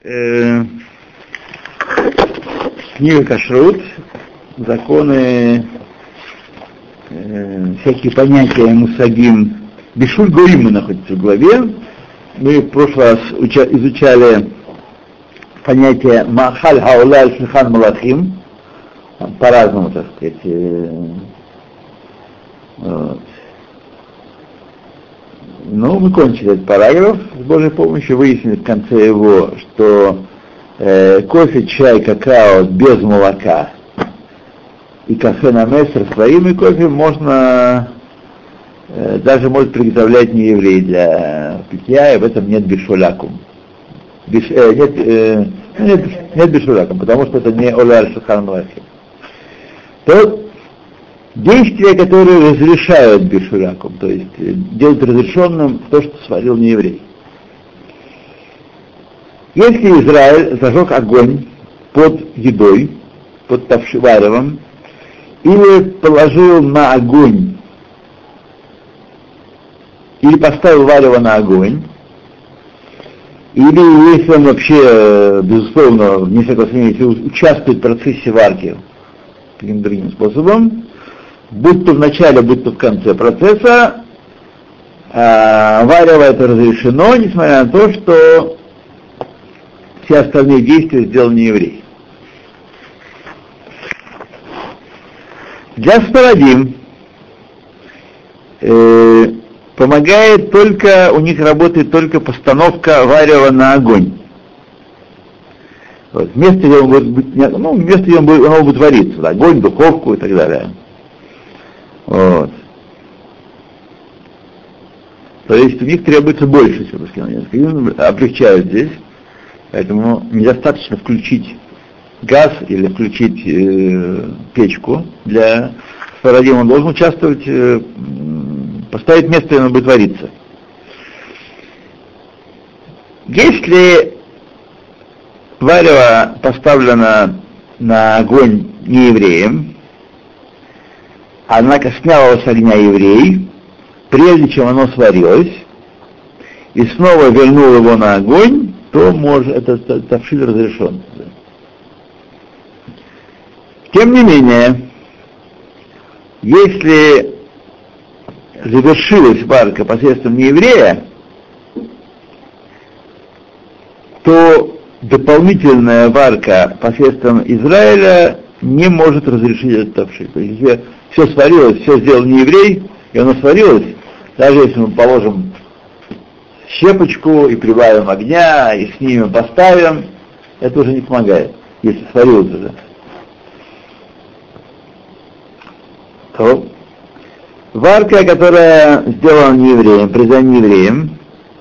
Книга Кашрут, законы, всякие понятия мусагим. Бишуль Гоим находится в главе. Мы в прошлый раз изучали понятие Махаль Хаулаль Шихан Малахим. По-разному, так сказать. Вот. Ну, мы кончили этот параграф с Божьей помощью, выяснили в конце его, что кофе, чай, какао без молока и кафе на мессер, растворимый кофе можно, даже может приготовлять не еврей для питья, и в этом нет бишулякум. Нет бишулякум, потому что это не олар шахан малахим. То действия, которые разрешают бишулякум, то есть делают разрешенным то, что сварил не еврей. Если Израиль зажег огонь под едой, под варевом, или положил на огонь, или поставил варево на огонь, или если он вообще, безусловно, вне всякого сомнения, участвует в процессе варки таким другим способом, будь то в начале, будь то в конце процесса, варево это разрешено, несмотря на то, что все остальные действия сделал не еврей. Для сфарадим помогает только, у них работает только постановка варева на огонь. Вот. Место, где он будет быть, место, где оно будет вариться, огонь, духовку и так далее. Вот. То есть у них требуется больше, они облегчают здесь. Поэтому недостаточно включить газ или включить печку для сфарадим. Он должен участвовать, поставить место, где оно будет вариться. Если варево поставлено на огонь не евреем, однако снял его с огня еврей, прежде чем оно сварилось, и снова вернул его на огонь, то может, этот тавшиль разрешен. Тем не менее, если завершилась варка посредством нееврея, то дополнительная варка посредством Израиля не может разрешить этот тавшиль. То есть, если все сварилось, все сделал нееврей, и оно сварилось, даже если мы положим щепочку и прибавим огня, и снимем, поставим, это уже не помогает, если сварилось уже. То варка, которая сделана неевреем, произведена неевреем,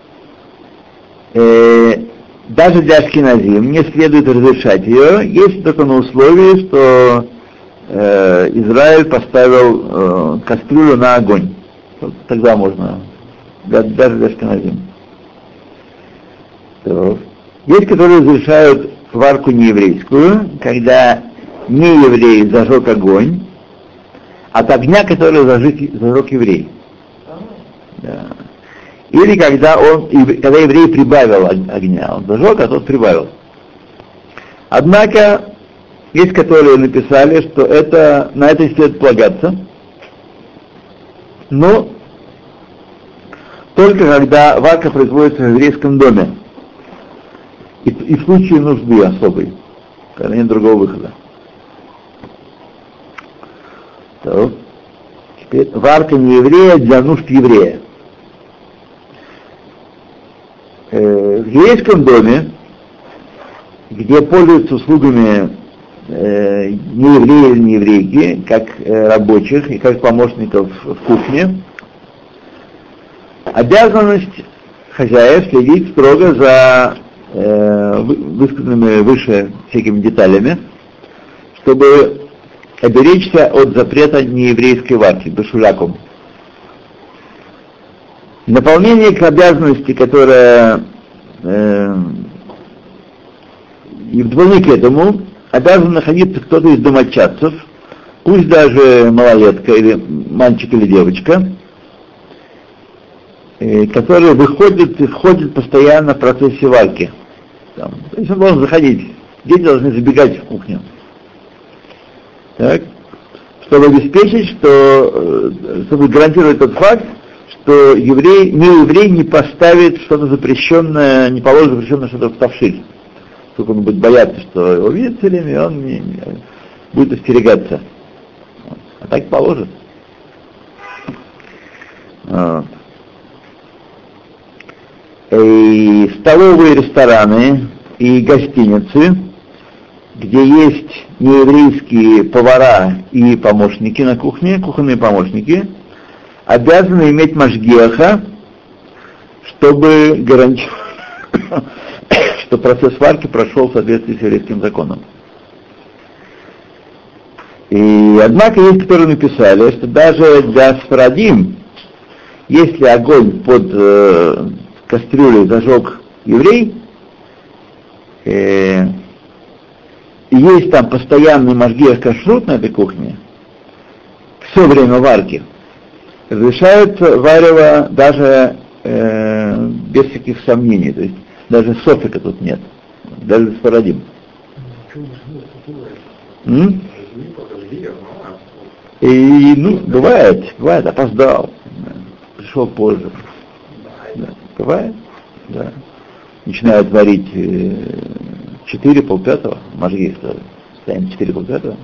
даже для ашкеназим не следует разрешать ее, если только на условии, что Израиль поставил кастрюлю на огонь. Тогда можно, даже для ашкеназим. Есть, которые разрешают варку нееврейскую, когда нееврей зажег огонь от огня, который зажег еврей. Да. Или когда еврей прибавил огня, он зажег, а тот прибавил. Однако, есть, которые написали, что на это следует полагаться, но только когда варка производится в еврейском доме. И в случае нужды особой, когда нет другого выхода. То, теперь варка не еврея для нужд еврея. В еврейском доме, где пользуются услугами не евреи или не еврейки, как рабочих и как помощников в кухне, обязанность хозяев следить строго за высказанными выше всякими деталями, чтобы оберечься от запрета нееврейской варки, бешуляком. Наполнение к обязанности, которая и вдвойне к этому, обязан находиться кто-то из домочадцев, пусть даже малолетка, или мальчик, или девочка, которые ходят постоянно в процессе варки. Там. То есть он должен заходить. Дети должны забегать в кухню. Так. Чтобы обеспечить, чтобы гарантировать тот факт, что не еврей не поставит что-то запрещенное, не положит запрещенное что-то в тавшиль. Только он будет бояться, что его видят все время, и он будет остерегаться. А так положит. И столовые, рестораны и гостиницы, где есть нееврейские повара и помощники на кухне, кухонные помощники, обязаны иметь машгиаха, чтобы гарантировать, что процесс варки прошел в соответствии с еврейским законом. И однако есть, которые написали, что даже для сфарадим, если огонь под кастрюлей зажег еврей, и есть там постоянный машгиах кашрут на этой кухне, все время варки, разрешают варево даже без всяких сомнений, то есть даже софика тут нет, даже сфарадим. И, бывает, опоздал, пришел позже. Да, бывает, да. Начинают варить 4, полпятого, можги, станет 4, полпятого.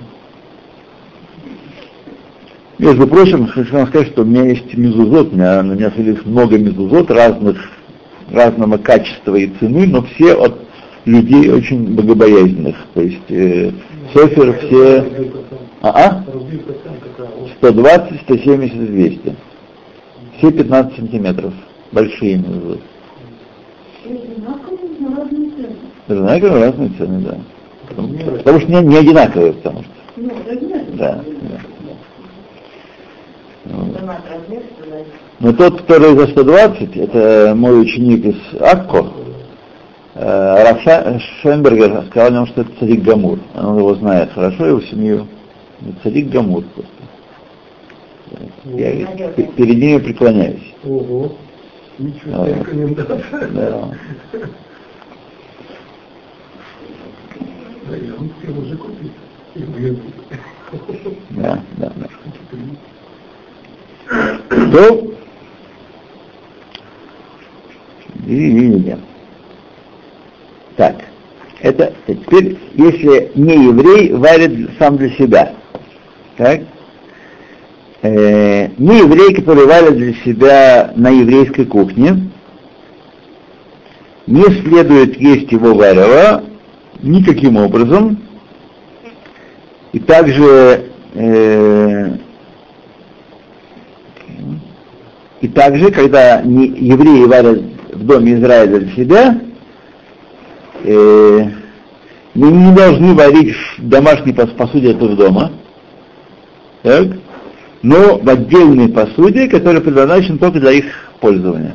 Между прочим, хочу вам сказать, что у меня есть мезузот, на меня свалилось много мезузот разного качества и цены, но все от людей очень богобоязненных. То есть софер все... 120, 170, 200. Все 15 сантиметров. Большие мезузот. Одинаковые разные цены, да. Потому что не одинаковые, потому что. Да. Но тот, который за 120, это мой ученик из Акко, Рав Шенбергер сказал о нем, что это цадик Гамур. Он его знает хорошо, его семью. Цадик Гамур просто. Я перед ними преклоняюсь. Ого. Ничего себе рекомендация. Да. Да, я уже купил. Да. То видите. Так, это теперь, если не еврей варит сам для себя, так? Не еврей, который варит для себя на еврейской кухне, не следует есть его варево никаким образом, и также когда евреи варят в доме Израиля для себя, мы не должны варить в домашней посуде этого дома, так? Но в отдельной посуде, которая предназначена только для их пользования.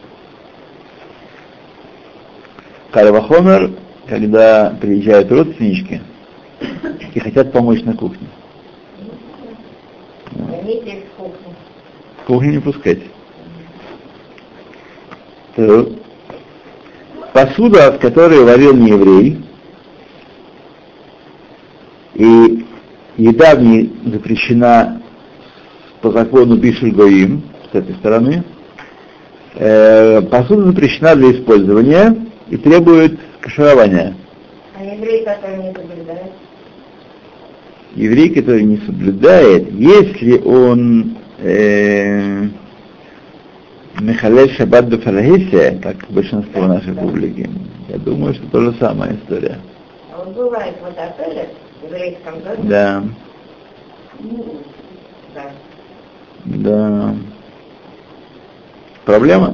Каль вахомер, когда приезжают родственнички и хотят помочь на кухне. Кухню не пускать. Посуда, в которой варил не еврей, и еда в ней запрещена по закону Бишель Гоим, с этой стороны, посуда запрещена для использования и требует каширования. А еврей, который не соблюдает? Еврей, который не соблюдает, если он Михалель Шаббат Бефарагесе, как большинство нашей публики, я думаю, что то же самая история. А он бывает в отеле, в еврейском доме? Да. Да. Да. Проблема?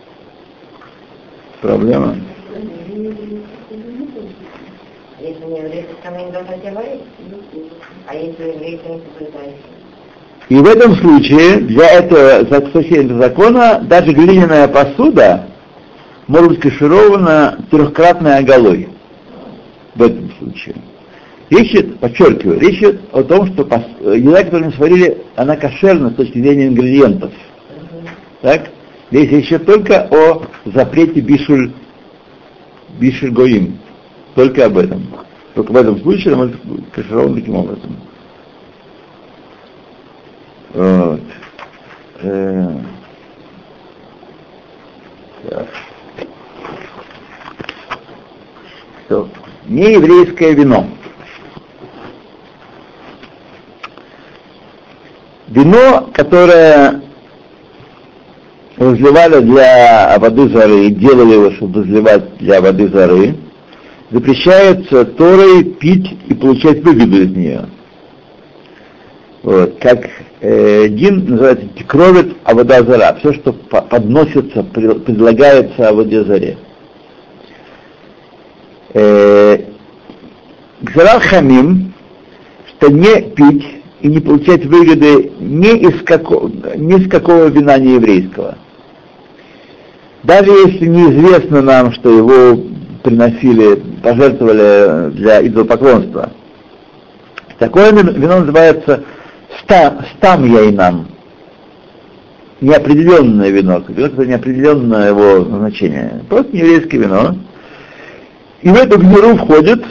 Если не еврей, то там не должен говорить. А если еврей, то не соблюдает. И в этом случае, для этого закона, даже глиняная посуда может быть каширована трехкратной оголой. В этом случае. Речь идет о том, что еда, которую мы сварили, она кошерна с точки зрения ингредиентов. Так? Здесь речь идет только о запрете бишуль Бишель Гоим. Только об этом. Только в этом случае он каширован таким образом. Вот. Что? Нееврейское вино. Вино, которое разливали для воды зары и делали его, чтобы разливать для воды зары, запрещается Торой пить и получать выгоду из нее. Вот. Как дин называется тикровит авода зара. Все, что подносится, предлагается аводе заре. Гзарат хамим, что не пить и не получать выгоды ни из какого вина нееврейского. Даже если неизвестно нам, что его приносили, пожертвовали для идолопоклонства. Такое вино называется стам яйнам. Неопределенное вино, это неопределенное его назначение. Просто нееврейское вино. И в эту гниру входит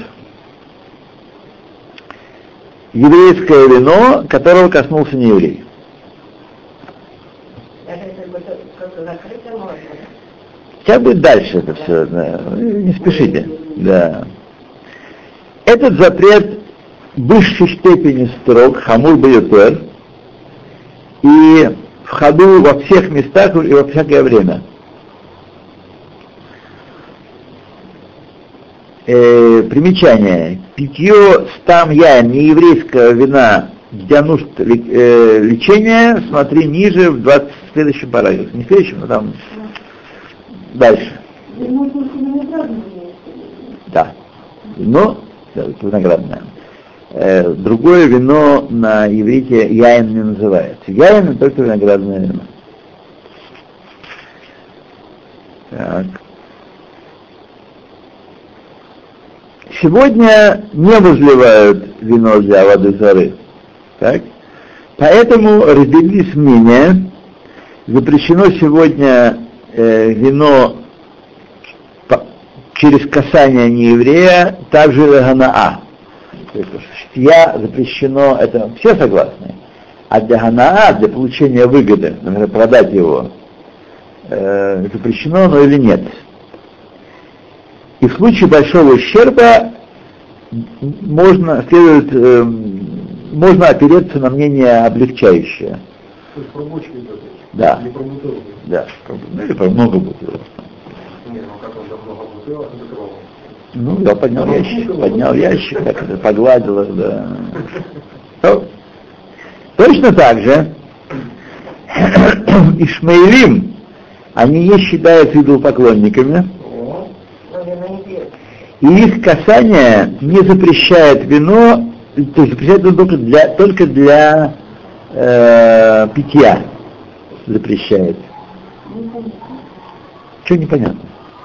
еврейское вино, которого коснулся нееврей. Сейчас будет дальше это все, да. Не спешите. Да. Этот запрет в высшей степени строг, хамур бьютер, и в ходу во всех местах и во всякое время. Примечание. Питье стам яйн нееврейского вина для нужд лечения, смотри ниже в 20 следующем параграфе. Не следующем, но там дальше. Да. Вино, да, виноградное. Другое вино на иврите яйн не называется. Яйн — только виноградное вино. Так. Сегодня не возливают вино для воды зары. Так? Поэтому разделились мнения. Запрещено сегодня вино через касание нееврея, также ганаа. То есть шитья запрещено, это все согласны. А для ганаа, для получения выгоды, например, продать его, запрещено оно или нет. И в случае большого ущерба можно опереться на мнение облегчающее. То есть про бочку идет? Да. Или про бутылку? Да. Ну или про много бутылок. Нет, ну как он там много бутылок закрывал? Ну, я поднял ящик, так это погладил их, да. Ну, точно так же ишмаилим, они не считаются идолопоклонниками, и их касание не запрещает вино, то есть запрещает вино только для питья. Запрещает. Что непонятно?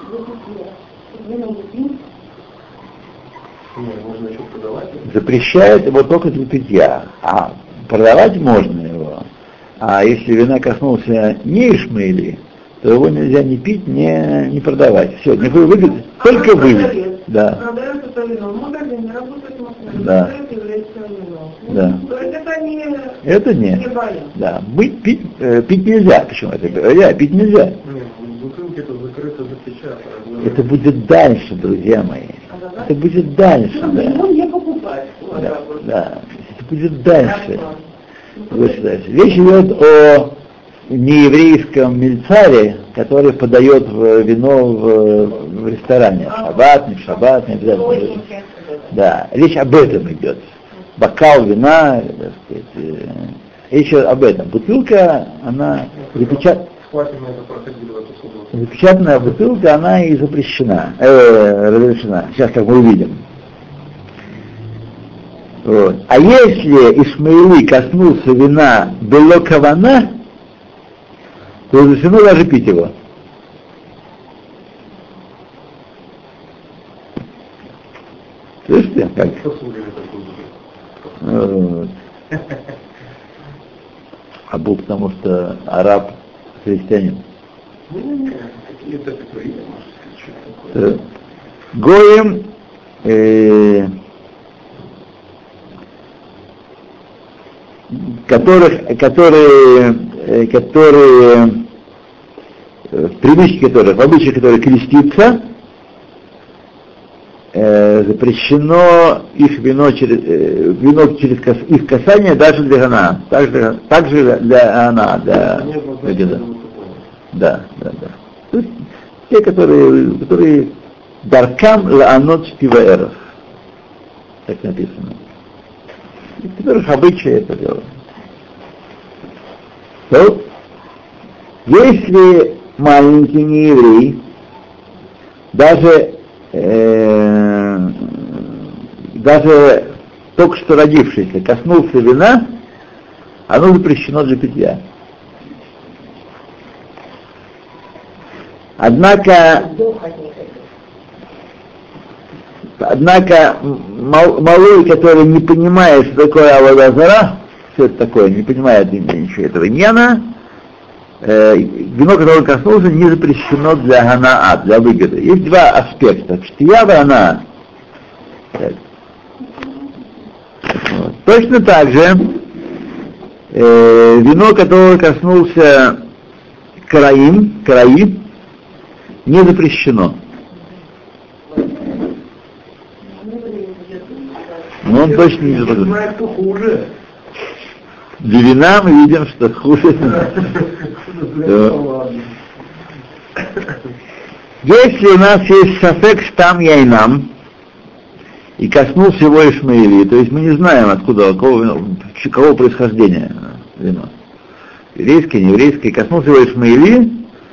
Запрещает его только для питья, а продавать можно его. А если вина коснулся не Ишмаили, то его нельзя ни пить, ни продавать. Все, никакой выгоды, только выгоды. Да. Продается это вино в магазине, работает в Да. еврейское вино. Да. То есть Это не. Не болит. Да. Пить нельзя. Почему это говоря? Пить нельзя. Нет, в бутылке это закрыто, запечатано. Это будет дальше, друзья мои. Это будет дальше, да. Я покупаю. Да. Это будет дальше. Речь идет о нееврейском мельцаре, который подает вино в ресторане. Шаббат, не в шаббат, не обязательно. Да, речь об этом идет. Бокал вина, так сказать, речь об этом. Бутылка, она запечатанная бутылка, она и запрещена, разрешена. Сейчас, как мы увидим. Вот. А если Ишмаили коснулся вина бело кавана, то разрешено даже пить его. Слышите, как? Вот. А был потому что араб христианин. Гоем, которые в привычке которых, в обычае которых креститься, запрещено их вино через их касание даже для гана, также для ана, для геда. Да. То есть те, которые даркам лаанот штиваэров, так написано. И которых обычай это дело. То, если маленький нееврей, даже только что родившийся коснулся вина, оно запрещено для питья. Однако малой, который не понимает, что такое авода зара, все это такое, не понимает ничего этого иньяна, вино, которое он коснулся, не запрещено для ганаа, для выгоды. Есть два аспекта. Штия и ганаа. Вот. Точно так же вино, которое коснулся караи, не запрещено. Но он точно не запрещен. Для вина мы видим, что хуже. Если у нас есть сафек штам яйнам, и коснулся его Ишмаили, то есть мы не знаем, откуда, какого происхождения вино. Еврейское, нееврейское, коснулся его Ишмаили,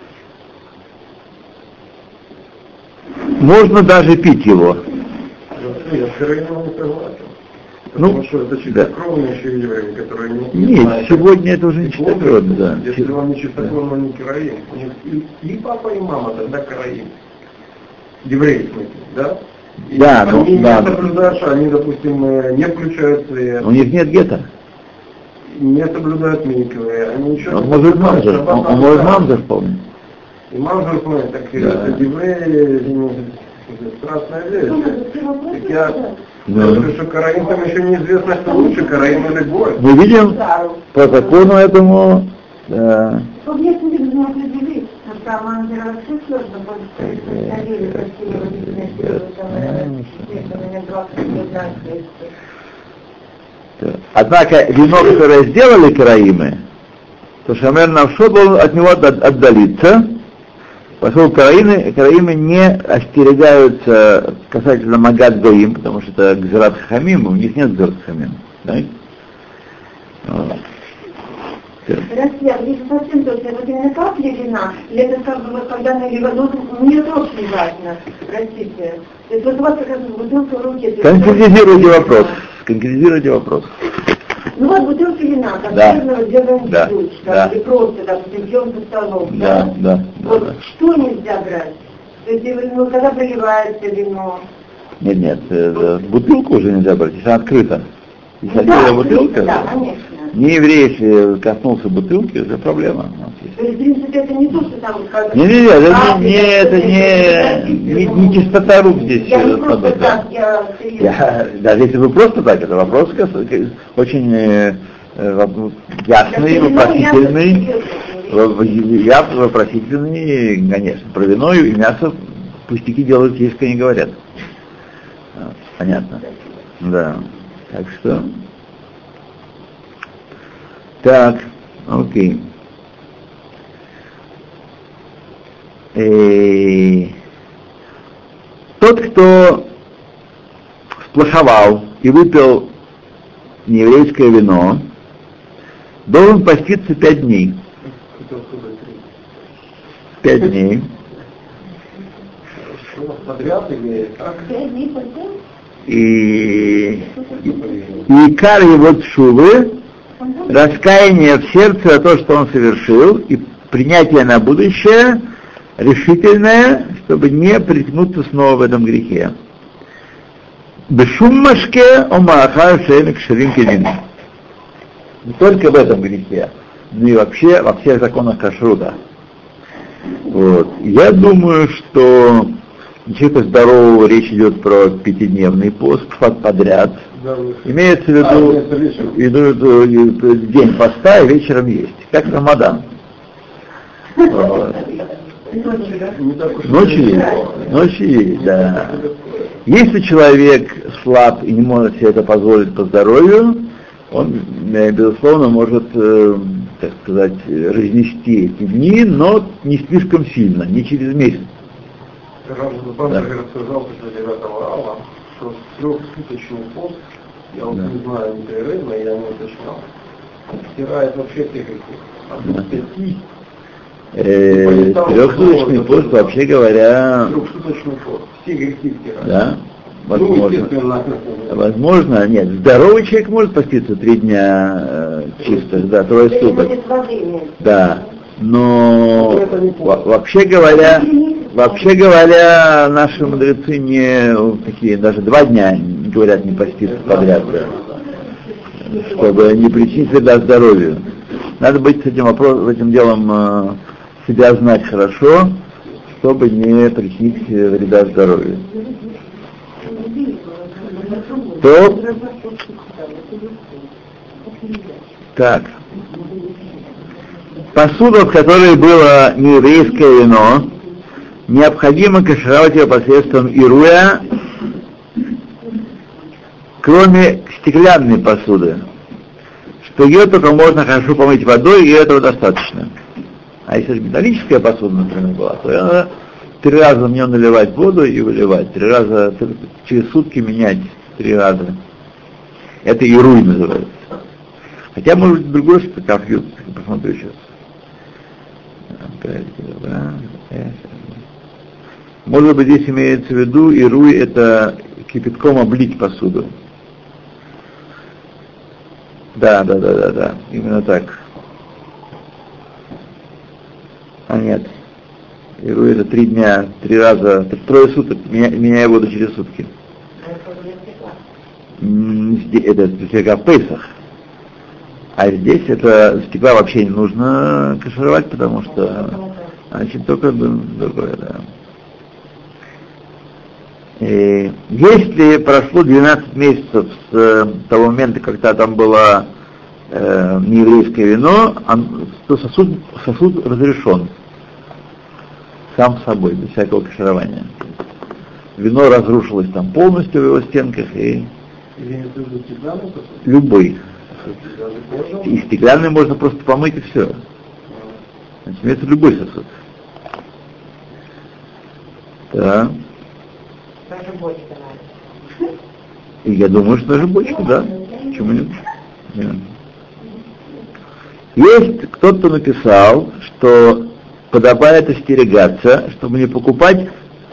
можно даже пить его. Я с Караимом не согласен. Потому что это чистокровные еще евреи, которые не Нет, знают, сегодня это уже не чистокровно, да. Если он не чистокровный, он не караим. У них и папа, и мама тогда караим. Евреи, в смысле, да? И да, они не соблюдают, они, допустим, не включают свет. У них нет гетто. Не соблюдают миквы, они ничего Он не может соблюдают. мамзер вполне. И мамзер, так евреи, страстная вещь. Так я говорю, что караим там еще неизвестно, что лучше, караим или гой. Мы видим по закону этому, да. Однако вино, которое сделали караимы, то Шамер Навшо должен от него отдалиться, поскольку караимы не остерегаются касательно Магад Гоим, потому что это Гзерат Хамим, у них нет Гзерат Хамим. Да? Вот. Россия, если совсем точно, это именно капли вина, или это как бы вот когда наливают, ну мне тоже не важно, простите. То есть вот у вас как раз бутылка в руке. Конкретизируйте вопрос. Ну вот бутылка вина, как да. жирного делаем да. ключ, да. или просто, допустим, пьем за столом. Да. Вот да. что нельзя брать? То есть, ну, когда проливается вино. Нет, бутылку уже нельзя брать, если она открыта. Если открыта бутылка, да, конечно. Не еврей, если коснулся бутылки, это проблема. То есть, в принципе, это не то, что там... Это не чистота рук здесь. Даже если вы просто так, это вопрос очень ясный, вопросительный, конечно. Про вино и мясо пустяки делают, если не говорят. Понятно. Да. Так что... Так, окей. Тот, кто сплоховал и выпил нееврейское вино, должен поститься 5 дней. 5 дней. Подряд или как? 5 дней подряд? И кар его тшувы, раскаяние в сердце за то, что он совершил, и принятие на будущее решительное, чтобы не приткнуться снова в этом грехе. Бешуммашке омаахар шеемик шерим кедин. Не только в этом грехе, но и вообще во всех законах кашрута. Вот. Я думаю, что человека здорового речь идет про 5-дневный пост подряд. Да, Имеется в виду день поста и вечером есть, как Рамадан. Ночью есть, да. Если человек слаб и не может себе это позволить по здоровью, он, безусловно, может, так сказать, разнести эти дни, но не слишком сильно, не через месяц. Рамбам рассказал после 9 ава, что 3-суточный пост, я вот не знаю непрерывно, я не уточнял, стирает вообще все грехи. От 5. 3-суточный пост, вообще говоря... 3-суточный пост, все грехи стирает. Да, возможно. Возможно, нет. Здоровый человек может поститься 3 дня чистых, да, 3 суток. Да, но вообще говоря, наши мудрецы не такие, даже 2 дня говорят не поститься подряд, да, чтобы не причинить вреда здоровью. Надо быть с этим делом себя знать хорошо, чтобы не причинить вреда здоровью. То так. Посуда, в которой было нееврейское вино, необходимо кашировать ее посредством ируя, кроме стеклянной посуды, что ее только можно хорошо помыть водой, и этого достаточно. А если металлическая посуда, например, была, то надо 3 раза в нее наливать воду и выливать, 3 раза через сутки менять 3 раза. Это ируй называется. Хотя, может быть, другой что-то конфьюз, посмотрю сейчас. Может быть, здесь имеется в виду ируй, это кипятком облить посуду. Да, именно так. А нет. Ируй это 3 дня, 3 раза, 3 суток, меняя воду через сутки. Это стекла в Пейсах. А здесь это стекла вообще не нужно кашировать, потому что значит только другое, да. И если прошло 12 месяцев с того момента, когда там было нееврейское вино, то сосуд разрешен сам собой, без всякого каширования. Вино разрушилось там полностью в его стенках и любой. И стеклянный можно просто помыть и все. Значит, имеется любой сосуд. Да. Даже бочка надо. И я думаю, что даже бочка, да. Почему нет? Нет. Есть кто-то написал, что подобает остерегаться, чтобы не покупать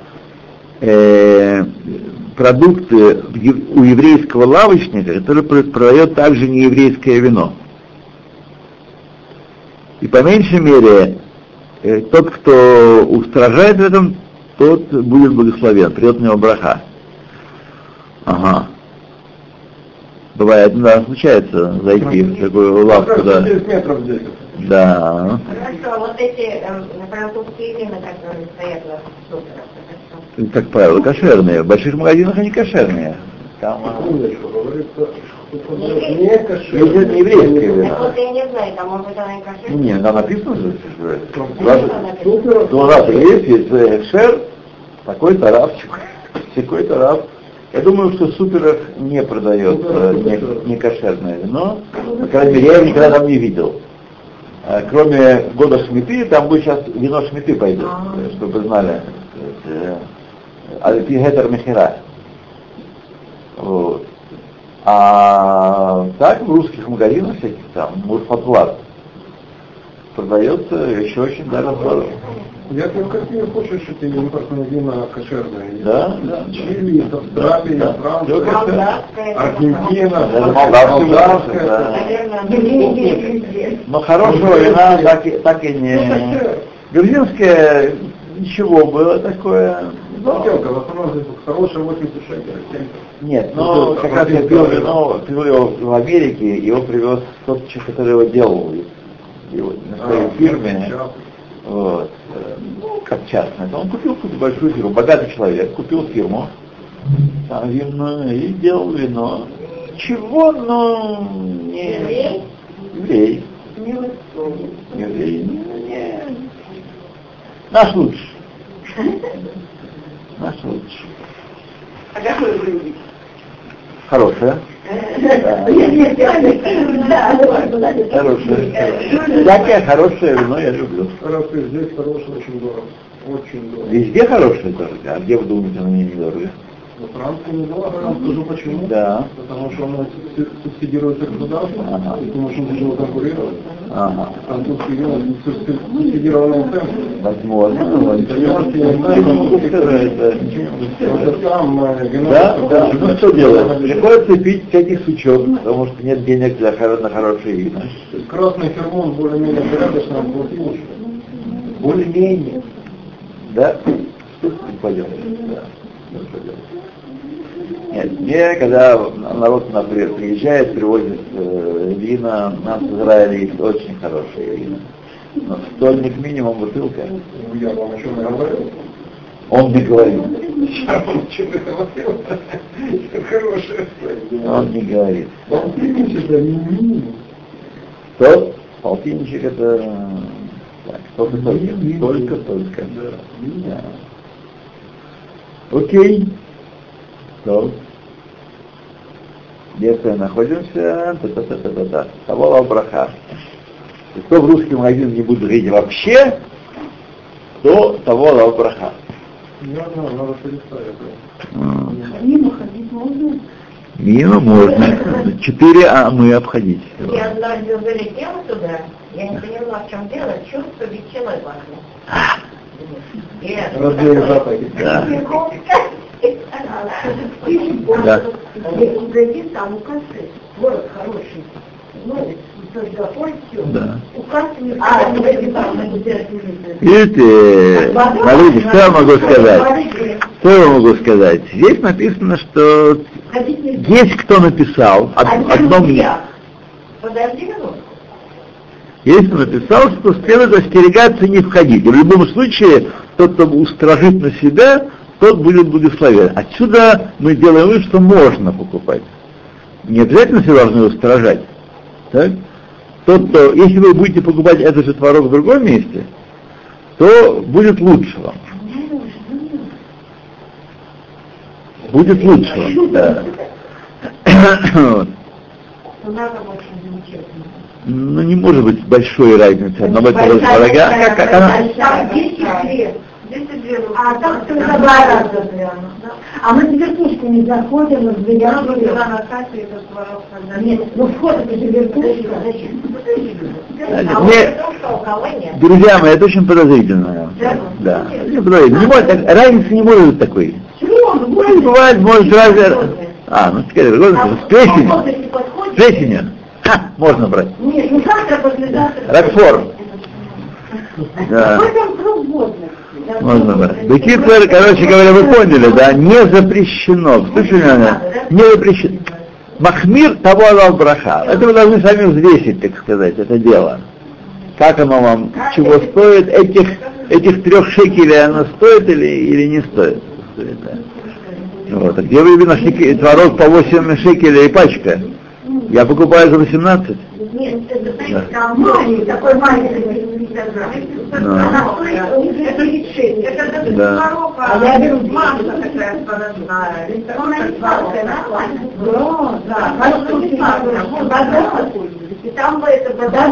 продукты у еврейского лавочника, который продает также нееврейское вино. И по меньшей мере, тот, кто устражает в этом, тот будет благословен, придет у него браха. Ага. Бывает, да, случается зайти в такую лавку, да. 10 метров здесь. Да. Хорошо, вот эти продукты именно, которые стоят в суперах, как правило, кошерные. В больших магазинах они кошерные. Там не кошерные. Не еврейские вина. Вот я не знаю, там может быть она и кошерная. Нет, там написано же. Ну, раз есть шер, такой-то рафчик, такой-то раф. Я думаю, что в суперах не продается не кошерное вино. По крайней мере, я его никогда там не видел. Кроме года Шмиты, там будет сейчас вино Шмиты пойдет, чтобы знали. Аль-Пигетер Мехира. Вот. А так в русских магазинах всяких там, Мурфатлат, продается еще очень даже здорово. Я прям как не хочешь, что тебе импортные вина кошерные. Да. Чили, Австралия, Франция, Аргентина, Молдавская. Но хорошего вина так и не... Грузинское ничего было такое. Бутылка, в основном хорошая 80 шекелей. Нет, но как раз я пил вино, пил его в Америке, его привез тот человек, который его делал, его, на своей фирме. Вот. Как частное. Он купил большую фирму, богатый человек, купил фирму, там винную, и делал вино. Чего, но не еврей. Еврей, не. Наш лучше. Наш лучше. А какой вы любите? Хорошая. Хорошая. Всякое хорошее вино я люблю. Хорошее здесь, хорошее очень дорого. Очень дорого. Везде хорошее дорого. А где вы думаете, оно мне недорого? Во Франции недорого, я вам скажу почему. Да. Потому что оно субсидируется государством, поэтому очень тяжело конкурировать. Французский вино субсидированные цены. Возможно. Да. Ну что делать? Приходится пить всякий сучок, потому что нет денег на хорошие вина. Красный фермон более-менее порядочно, лучше. Более-менее. Да? Что поделаешь? Да. Нет, мне, когда народ, например, приезжает, привозит вина, у нас в Израиле есть очень хорошие вина. Но стольник минимум бутылка. Я вам о чем и говорил. Он не говорит. Я вам о чем и говорил. Хорошее. Он не говорит. Полтинничек это не минимум. Что? Полтинничек это... Так, только. Да. Окей. То. Где мы находимся? Та-та-та-та-та. Тавола браха. Кто в русский магазин не будет ходить вообще, то тавола браха. Надо переставить. Мимо ходить можно? Мимо можно. 4 мы обходить. Я однажды залетела туда, я не поняла, в чем дело, чувство ветчиной пахнет. Разве запахи? Да. Да. Зайди там у кассы, город хороший. Ну, Сольгополь, все. Да. У кассы Видите, смотрите, что я могу сказать? Что я могу сказать? Здесь написано, что есть кто написал, одно мне. Подожди минутку. Есть кто написал, что следует остерегаться не входить. И в любом случае, тот, кто устражит на себя, тот будет благословен. Отсюда мы делаем вывод, что можно покупать. Не обязательно все должны устражать. Так? Тот, кто, если вы будете покупать этот же творог в другом месте, то будет лучше вам. Будет лучше вам, да. Ну, не может быть большой разницы. Но это дорога. Как она? А так что за 2 раза прямо. А мы с вертушками заходим, мы взгляд. Нет, ну вход это же вертушка. Друзья мои, это очень подозрительно. Да. Очень подозрительно. Не может, разницы не может быть такой. Бывает, может разница. Ну теперь с плесенью. С плесенью. Можно брать. Нет, ну завтра, послезавтра. Рокфор. Да. Какой там срок годности? Можно брать. Бекитер, короче говоря, вы поняли, да? Не запрещено. Слышали меня? Не запрещено. Махмир того Аллах браха. Это вы должны сами взвесить, так сказать, это дело. Как оно вам, чего стоит? Этих 3 шекелей оно стоит или не стоит? Вот. А где вы нашли творог по 8 шекелей и пачка? Я покупаю за 18. Нет, это там маленький, такой маленький. Это ведь 6. Это да. А я беру масло такая споножная. Да. И там это вода,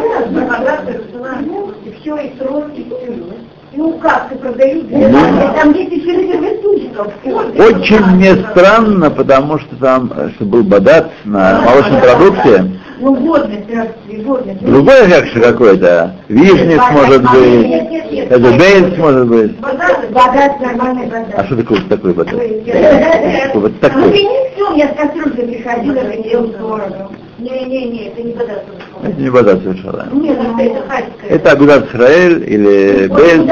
и все, и срок, и все. Ну как, ты продаешь? Там есть еще вертушка. Очень мне странно, потому что там, что был бадац на молочном продукте. Ну, годность. Другое как какое-то. Вишнец может быть. Это бейнс может быть. Бадац, нормальный бадац. А что такое бадац? Вот такой. Ну, ты не все, я с кастрюлькой приходила, хотела дорого. Не, это не бадац. Это не бадац совершенно. Нет, это хальская. Это Агудат Исраэль или бейнс.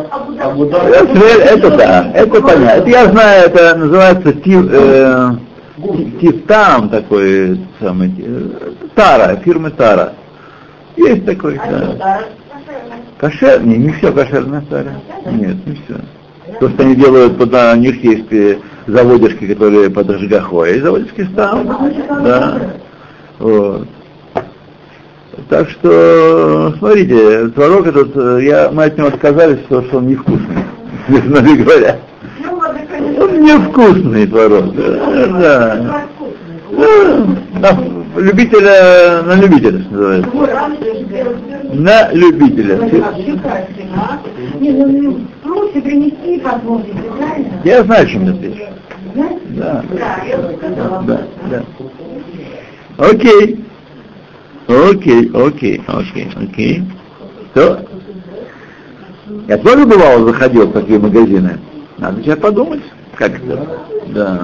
Это да, это понятно. Это я знаю, это называется Титан такой самый, Тара, фирмы Тара. Есть такой, да. Кошерный, не все кошерное Тара. Нет, не все. То, что они делают, у них есть заводишки, которые под Ашгахой, есть заводишки там. Да. Вот. Так что, смотрите, творог этот, мы от него отказались, потому что он невкусный, честно говоря. Он невкусный творог, да. На любителя, что называется. На любителя. Проще принести возможность, правильно? Я знаю, чем это пишешь. Да. Окей. Что? Я тоже бывало заходил в такие магазины. Надо сейчас подумать, как это. Да.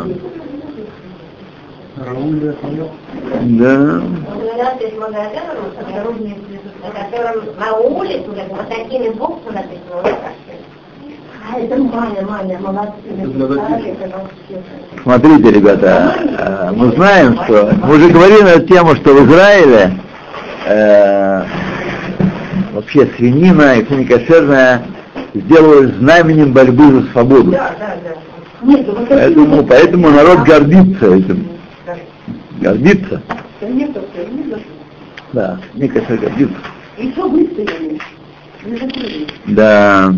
Да. Есть магазин, на котором на улице вот такими буквами написано. Это Маня, молодцы. Смотрите, ребята, мы знаем, что мы уже говорили на тему, что в Израиле вообще свинина и все некошерное сделали знаменем борьбы за свободу. Нет, поэтому народ гордится этим. Гордится. Да, некошер гордится. И что выстояли? Да.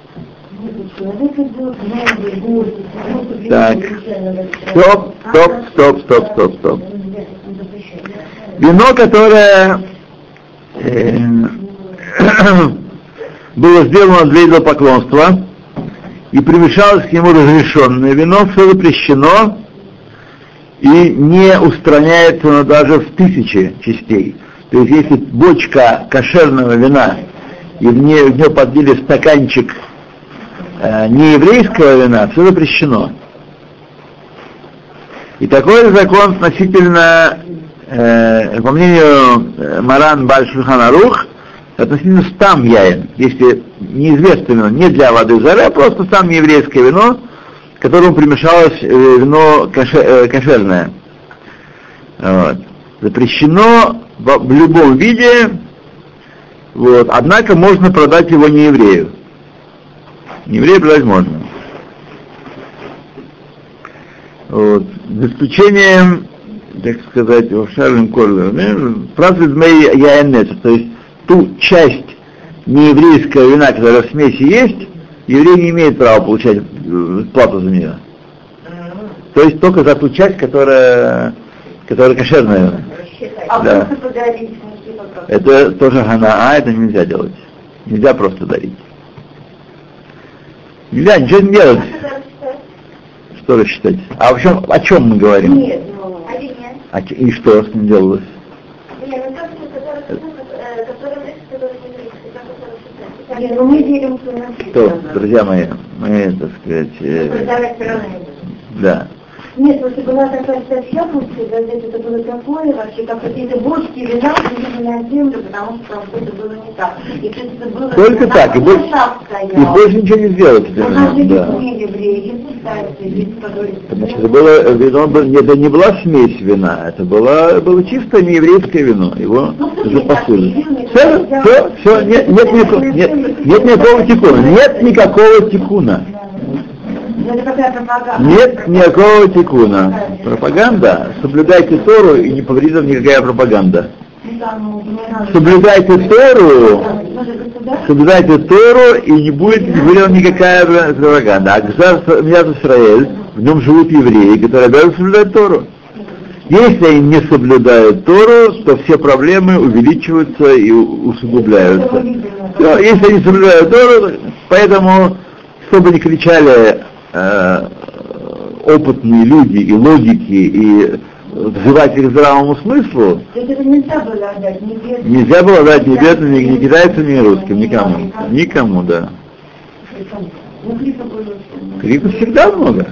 Так, стоп. Вино, которое было сделано для идолопоклонства и примешалось к нему разрешенное вино, все запрещено и не устраняется оно даже в 1000 частей. То есть если бочка кошерного вина и в нее подлили стаканчик нееврейского вина, все запрещено. И такой закон относительно, по мнению Маран Бааль Шульхан Арух, относительно стам яин, если неизвестное вино, не для воды зары, а просто там еврейское вино, к которому примешалось вино кошерное. Вот. Запрещено в любом виде, вот. Однако можно продать его нееврею. Нееврею продать можно. Вот. За исключением, так сказать, в Шарлем Корле, фразы змей яэнет, то есть ту часть нееврейского вина, которая в смеси есть, еврей не имеет права получать плату за нее. То есть только за ту часть, которая кошерная. Да. Это тоже ганаа, это нельзя делать. Нельзя просто дарить. Нельзя ничего не делать. Что рассчитать? А о чем мы говорим? Нет, И что с ним делалось? мы делим Что, друзья мои, мы, так сказать, да. Нет, если была такая статья в русской газете, это было такое вообще, как какие-то бочки вина вывели на землю, потому что там это было не так. И, это было, только так, и больше ничего не сделать. Значит, это было вино, это не была смесь вина, это было чисто нееврейское вино, его уже посудили. Все, нет никакого тикуна, нет никакого тикуна. Нет никакого тикуна. Пропаганда. Соблюдайте Тору, и не повредит вам никакая пропаганда. Соблюдайте Тору, и не будет вам никакая пропаганда. А государство Израиль, в нем живут евреи, которые обязаны соблюдать Тору. Если они не соблюдают Тору, то все проблемы увеличиваются и усугубляются. Все, если они соблюдают Тору, поэтому, чтобы не кричали опытные люди и логики, и взывать их к здравому смыслу, нельзя было дать ни бедным, ни китайцам, ни русским, никому. Никому, да. Криков всегда много.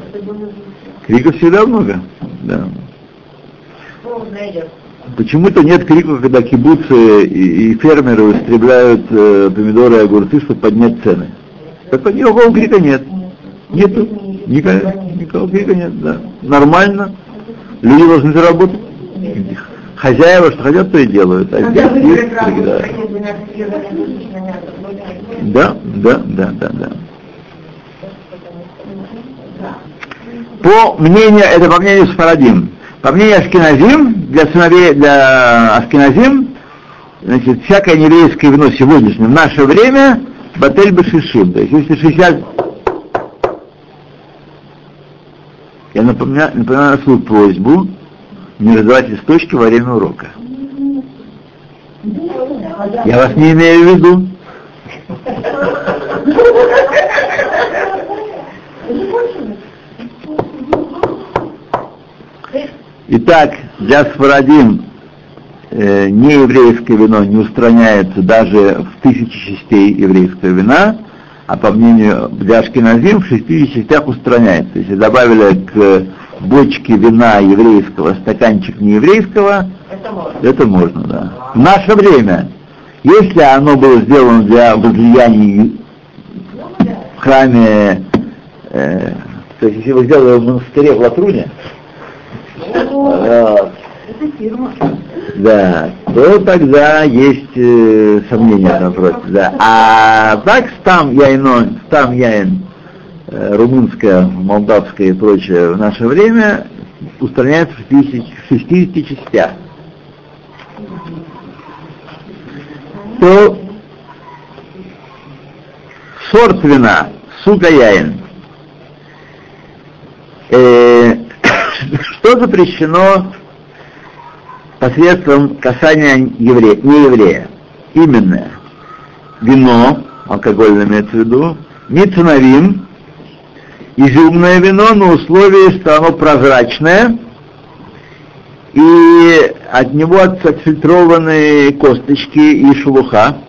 Да. Почему-то нет криков, когда кибуцы и фермеры истребляют помидоры и огурцы, чтобы поднять цены. Никакого крика нет. Нету. Никакого крика нет, да. Нормально. Люди должны заработать. Хозяева, что хотят, то и делают. А здесь есть всегда. Да. По мнению Сфарадим. По мнению Ашкеназим, для Ашкеназим, значит, всякое нееврейское вино сегодняшнее, в наше время, батель бешишим. То есть, если 60... Я напоминаю свою просьбу не раздавать листочки во время урока. Я вас не имею в виду. Итак, для Сфарадим нееврейское вино не устраняется даже в 1000 частей еврейского вина, а по мнению для Ашкеназим в 60 частях устраняется. Если добавили к бочке вина еврейского стаканчик нееврейского, это можно, да. В наше время, если оно было сделано для возлияний в храме, то есть если вы сделали в монастыре в Латруне, да, то тогда есть сомнения напротив, да. А так стам яин, румынское, молдавское и прочее в наше время устраняется в 60 частях. То сорт вина, суга яин. Что запрещено посредством касания нееврея? Именно вино, алкогольное имеется в виду, мицунавим, изюмное вино на условии, что оно прозрачное, и от него отфильтрованы косточки и шелуха.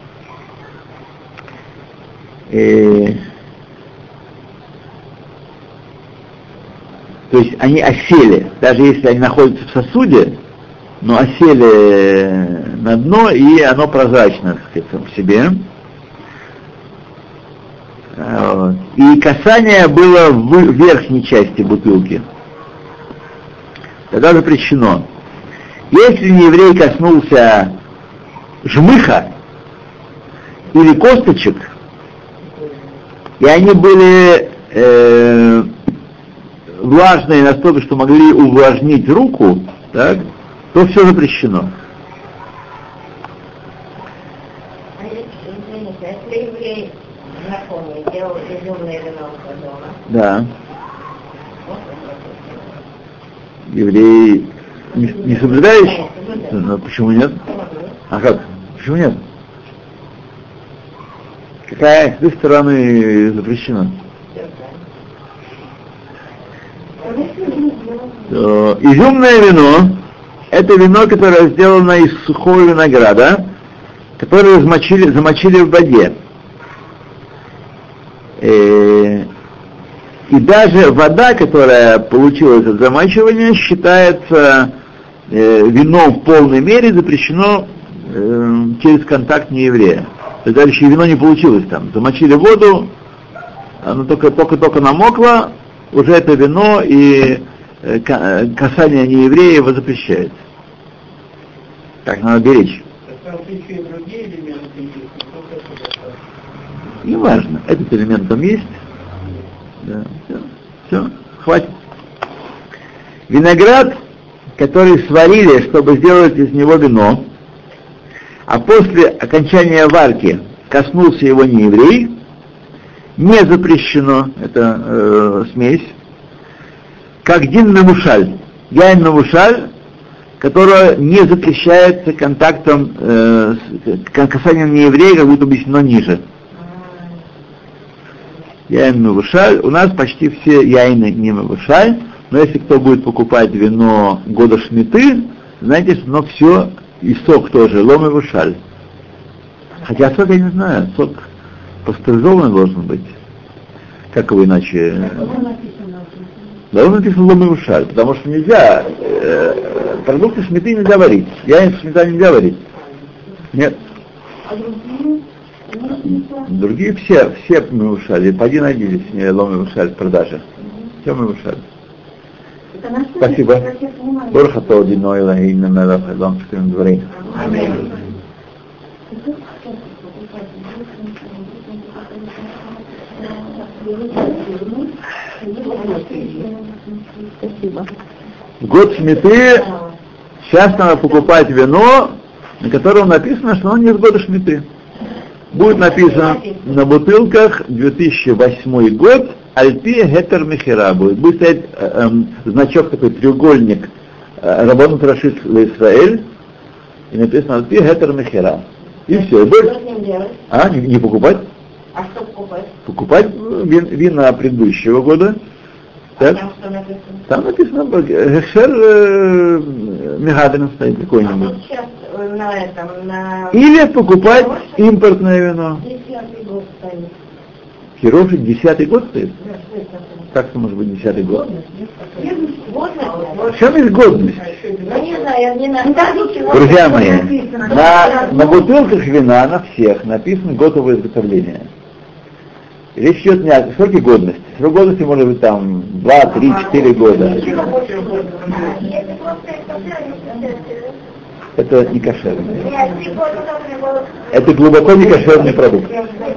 То есть они осели, даже если они находятся в сосуде, но осели на дно, и оно прозрачно, так сказать, сам по себе. И касание было в верхней части бутылки. Тогда запрещено. Если нееврей коснулся жмыха или косточек, и они были влажные настолько, что могли увлажнить руку, так, то все запрещено. Если еврей знакомый делал изюмное вино дома. Да. Еврей не соблюдающий? Но почему нет? А как? Почему нет? Какая с этой стороны запрещена? Изюмное вино — это вино, которое сделано из сухого винограда, которое замочили в воде. И даже вода, которая получилась от замачивания, считается вином в полной мере, запрещено через контакт нееврея. То есть дальше вино не получилось там. Замочили воду, оно только намокло, уже это вино, и касание нееврея его запрещается. Так надо беречь. Не важно, этот элемент там есть. Да, все, хватит. Виноград, который сварили, чтобы сделать из него вино, а после окончания варки коснулся его нееврей, не запрещено, это смесь, как дин мемушаль, яин мемушаль, которая не запрещается контактом, касанием нееврея, как будет объяснено ниже. Яин мевушаль, у нас почти все яины не мевушаль, но если кто будет покупать вино года Шмиты, знаете, что оно все, и сок тоже, ло мевушаль. Хотя сок я не знаю, сок пастеризованный должен быть. Как его иначе? Должен написано ло мевушаль, потому что нельзя, продукты Шмиты нельзя варить, яин Шмита нельзя варить. Нет. Другие все мевушали, поди найди здесь лом мевушаль в продаже. Все мевушаль. Это на что Спасибо. обращать внимание? Борхато Диной Лагейна Мелах Эдам Штым Дворей. Аминь. Спасибо. В год Шмиты сейчас надо покупать вино, на котором написано, что оно не с года Шмиты. Будет написано на бутылках 2008 год, Альпи Гетер Мехера будет стоять значок такой, треугольник, Рабанут Рашид Израиль, и написано Альпи Гетер Мехера. И все. Что с ним делать? Не покупать? А что покупать? Покупать вина предыдущего года. Так? Там что написано? Там написано Гешер Мегаден стоит А какой-нибудь. вот сейчас на этом, на... Или покупать импортное вино. 10-й год стоит. Хироши 10-й год стоит? Да, что это такое? Как это может быть 10-й год? Годность? В чем есть годность? Ну не знаю, я не знаю. Друзья мои, на бутылках вина, на всех, написано готовое изготовление. Речь идет не о сроке годности. Срок годности может быть там 2, 3, 4 года. Это не кошерный. Это глубоко не кошерный продукт.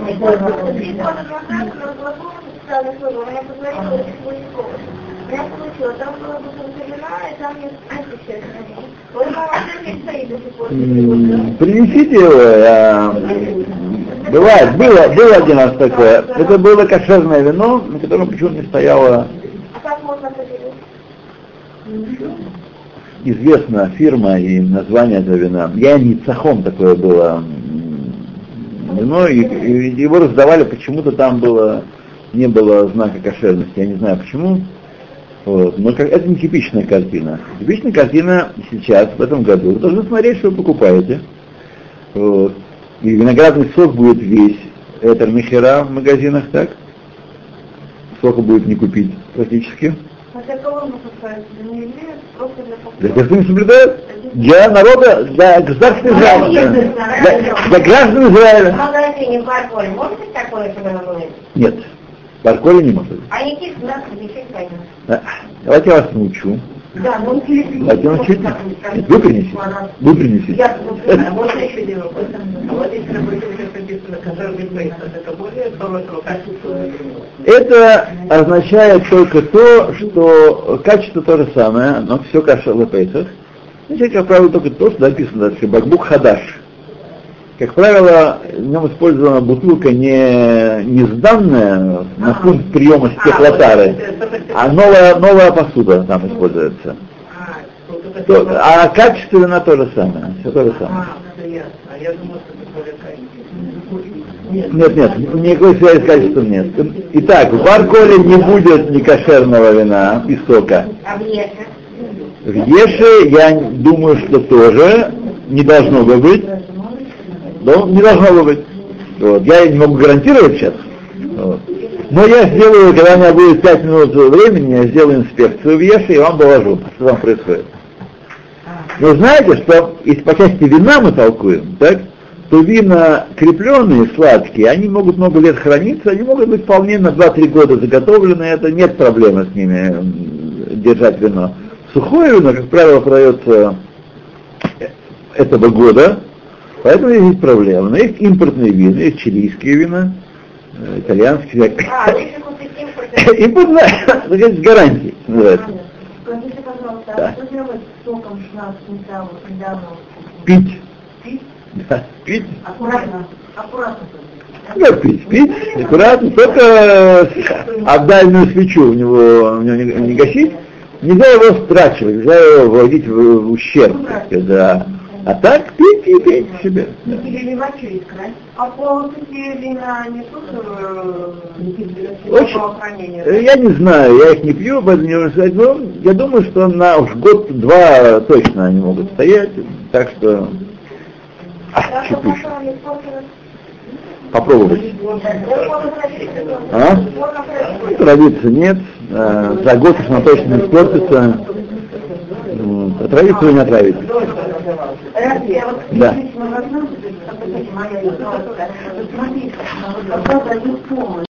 Принесите его. Бывает, было один раз такое. Это было кошерное вино, на котором почему-то не стояло. Известна фирма и название этого вина. Я не цахом такое было вино, и его раздавали, почему-то там не было знака кошерности, я не знаю почему. Вот. Но это не типичная картина. Типичная картина сейчас, в этом году. Вы должны смотреть, что вы покупаете. Вот. И виноградный сок будет весь. Это мехера в магазинах, так? Сока будет не купить практически. А для кого мы покупаем? Для евреев, просто для покупки? Для тех, кто не соблюдает? Для народа, для государства Израиля. Для граждан Израиля. В магазине в Барколе может быть такое, чтобы оно было? Нет. Барколи не может быть. А никаких знаков, ничего не Давайте я вас научу. Да, но он Давайте научите. Вы принесите. Вы принесите. Я можно еще делаю. Вот если написано кошерный бейс, это более хорошего качества. Это означает только то, что качество то же самое, но все кашер в пейсах. Значит, как правило, только то, что написано, что бакбук хадаш. Как правило, в нем использована бутылка не сданная на пункт приема стеклотары, а новая посуда там используется. А качественно то же самое. Все то же самое. Нет, никакой связи с качеством нет. Итак, в Барколе не будет ни кошерного вина и сока. А в Еше? В Еше, я думаю, что тоже не должно бы быть. Да, не должно бы быть. Вот. Я не могу гарантировать сейчас. Вот. Но я сделаю, когда у меня будет 5 минут времени, я сделаю инспекцию в Еше и вам доложу, что там происходит. Вы знаете, что если по части вина мы толкуем, так, то вина крепленные, сладкие, они могут много лет храниться, они могут быть вполне на 2-3 года заготовлены, это нет проблемы с ними держать вино. Сухое вино, как правило, продается этого года, поэтому есть проблема. Но есть импортные вина, есть чилийские вина, итальянские. Если купить импортные. Импортные, с гарантией называется. Скажите, пожалуйста, Да. а что делать с соком шнапс, сметану, недавно? Пить. Пить? Да, пить. Аккуратно. Да, пить, аккуратно, только отдальную свечу у него не гасить, нельзя его страчивать, нельзя его вводить в ущерб, так сказать, да. А так пить и пить себе. Не переливать через край. А по сути вина несут Очень. хранения? Я не знаю, я их не пью, об этом не могу сказать, но я думаю, что на уж год-два точно они могут стоять, так что чуть-чуть. Попробовать. А? Травиться нет, за год уж она точно не испортится. Отравиться или не отравиться? Да. Смотрите, когда дают помощь,